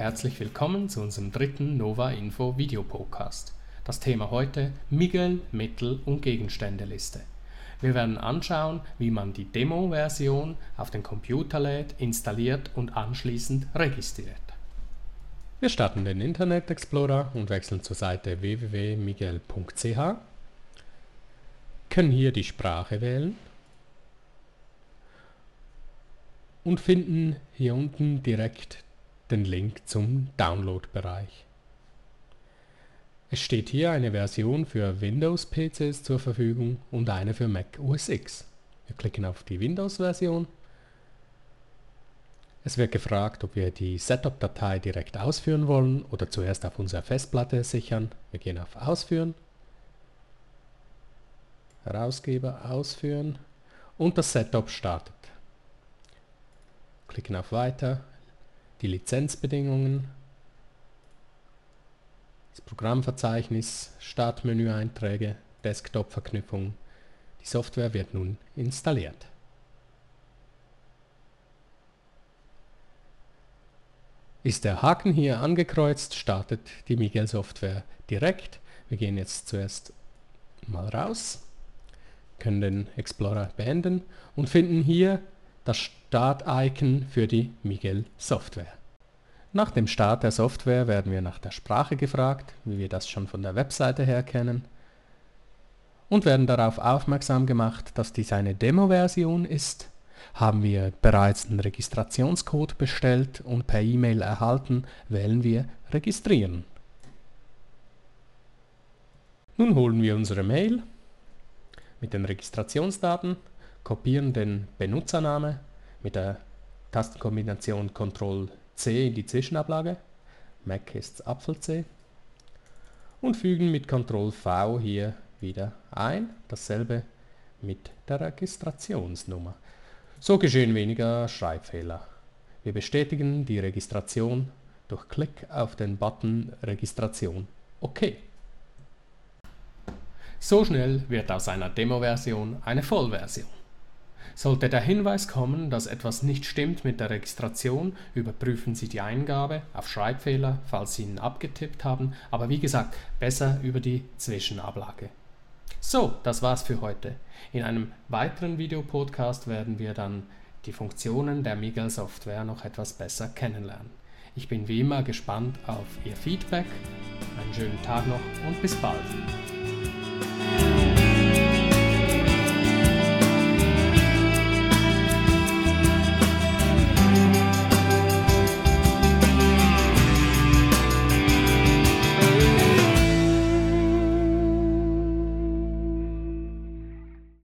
herzlich willkommen zu unserem dritten Nova Info Videopodcast. Das Thema heute: Miguel, Mittel- und Gegenständeliste. Wir werden anschauen, wie man die Demo-Version auf den Computer lädt, installiert und anschließend registriert. Wir starten den Internet Explorer und wechseln zur Seite www.miguel.ch, können hier die Sprache wählen und finden hier unten direkt den Link zum Download-Bereich. Es steht hier eine Version für Windows-PCs zur Verfügung und eine für Mac OS X. Wir klicken auf die Windows-Version. Es wird gefragt, ob wir die Setup-Datei direkt ausführen wollen oder zuerst auf unserer Festplatte sichern. Wir gehen auf Ausführen, Herausgeber, Ausführen und das Setup startet. Klicken auf Weiter, die Lizenzbedingungen, das Programmverzeichnis, Startmenü-Einträge, Desktop-Verknüpfung. Die Software wird nun installiert. Ist der Haken hier angekreuzt, startet die Miguel-Software direkt. Wir gehen jetzt zuerst mal raus, können den Explorer beenden und finden hier das Start-Icon für die Miguel-Software. Nach dem Start der Software werden wir nach der Sprache gefragt, wie wir das schon von der Webseite her kennen, und werden darauf aufmerksam gemacht, dass dies eine Demo-Version ist. Haben wir bereits einen Registrationscode bestellt und per E-Mail erhalten, wählen wir Registrieren. Nun holen wir unsere Mail mit den Registrationsdaten, kopieren den Benutzername mit der Tastenkombination Ctrl+C in die Zwischenablage, Mac ist Apfel-C, und fügen mit Ctrl+V hier wieder ein, dasselbe mit der Registrationsnummer. So geschehen weniger Schreibfehler. Wir bestätigen die Registration durch Klick auf den Button Registration OK. So schnell wird aus einer Demo-Version eine Vollversion. Sollte der Hinweis kommen, dass etwas nicht stimmt mit der Registration, überprüfen Sie die Eingabe auf Schreibfehler, falls Sie ihn abgetippt haben, aber wie gesagt, besser über die Zwischenablage. So, das war's für heute. In einem weiteren Videopodcast werden wir dann die Funktionen der Miguel-Software noch etwas besser kennenlernen. Ich bin wie immer gespannt auf Ihr Feedback. Einen schönen Tag noch und bis bald.